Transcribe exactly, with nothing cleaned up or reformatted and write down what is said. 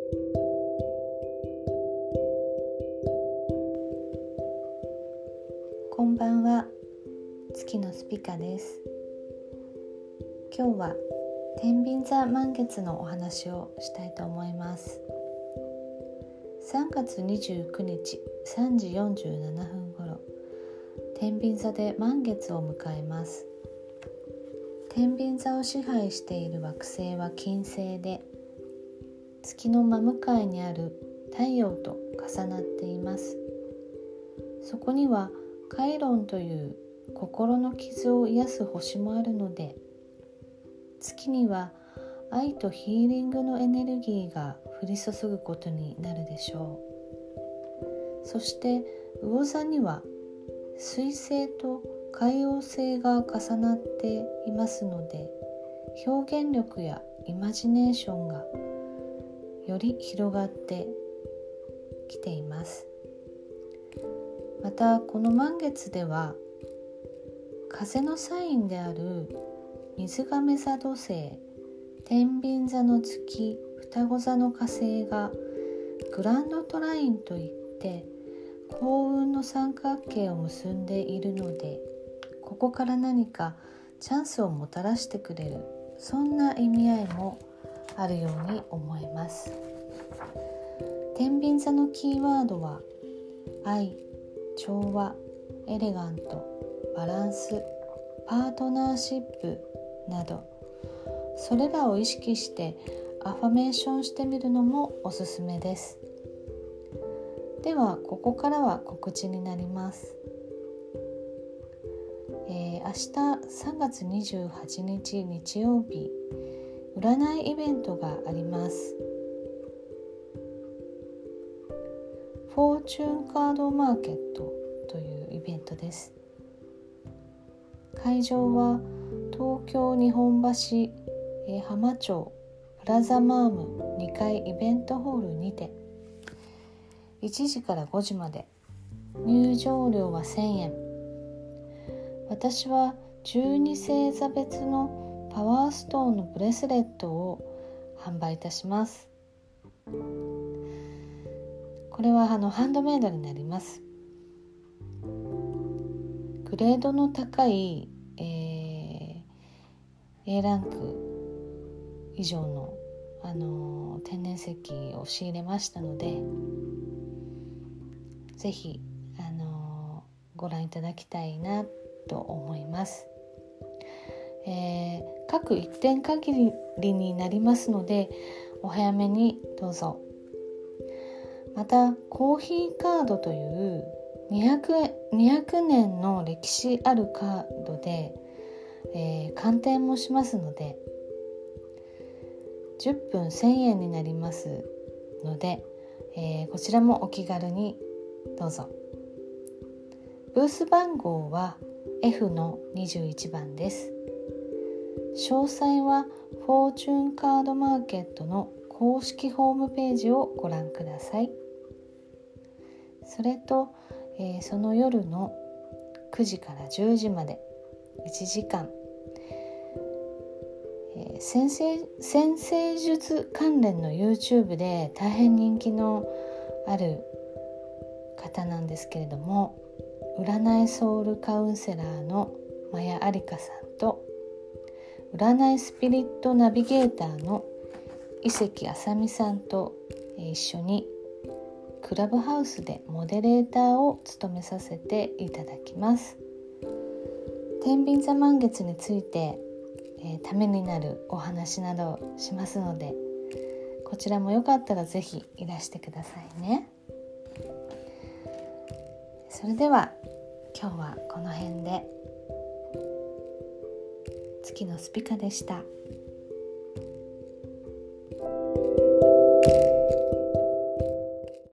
こんばんは、月のスピカです。今日は天秤座満月のお話をしたいと思います。さんがつにじゅうくにちさんじよんじゅうななふんごろ、天秤座で満月を迎えます。天秤座を支配している惑星は金星で、月の真向かいにある太陽と重なっています。そこにはカイロンという心の傷を癒す星もあるので、月には愛とヒーリングのエネルギーが降り注ぐことになるでしょう。そして魚座には水星と海王星が重なっていますので、表現力やイマジネーションがより広がってきています。またこの満月では風のサインである水亀座土星、天秤座の月、双子座の火星がグランドトラインといって幸運の三角形を結んでいるので、ここから何かチャンスをもたらしてくれる、そんな意味合いもあるように思います。天秤座のキーワードは愛、調和、エレガント、バランス、パートナーシップなど、それらを意識してアファメーションしてみるのもおすすめです。ではここからは告知になります。えー、明日さんがつにじゅうはちにち日曜日、占いイベントがあります。フォーチュンカードマーケットというイベントです。会場は東京日本橋、えー、浜町プラザマームにかいイベントホールにて、いちじからごじまで、入場料はせんえん。私はじゅうに星座別のパワーストーンのブレスレットを販売いたします。これはあのハンドメイドになります。グレードの高い、えー、A ランク以上の、あのー、天然石を仕入れましたので、ぜひ、あのー、ご覧いただきたいなと思います。えー、各一点限りになりますので、お早めにどうぞ。またコーヒーカードというにひゃくねんの歴史あるカードで、えー、鑑定もしますので、じゅっぷんせんえんになりますので、えー、こちらもお気軽にどうぞ。ブース番号は エフ のにじゅういちばんです。詳細はフォーチュンカードマーケットの公式ホームページをご覧ください。それと、えー、その夜のくじからじゅうじまでいちじかん、えー、先生先生術関連の YouTube で大変人気のある方なんですけれども、占いソウルカウンセラーのマヤアリカさんと、占いスピリットナビゲーターの伊関あさみさんと一緒にクラブハウスでモデレーターを務めさせていただきます。天秤座満月について、えー、ためになるお話などしますので、こちらもよかったらぜひいらしてくださいね。それでは今日はこの辺で。月のスピカでした。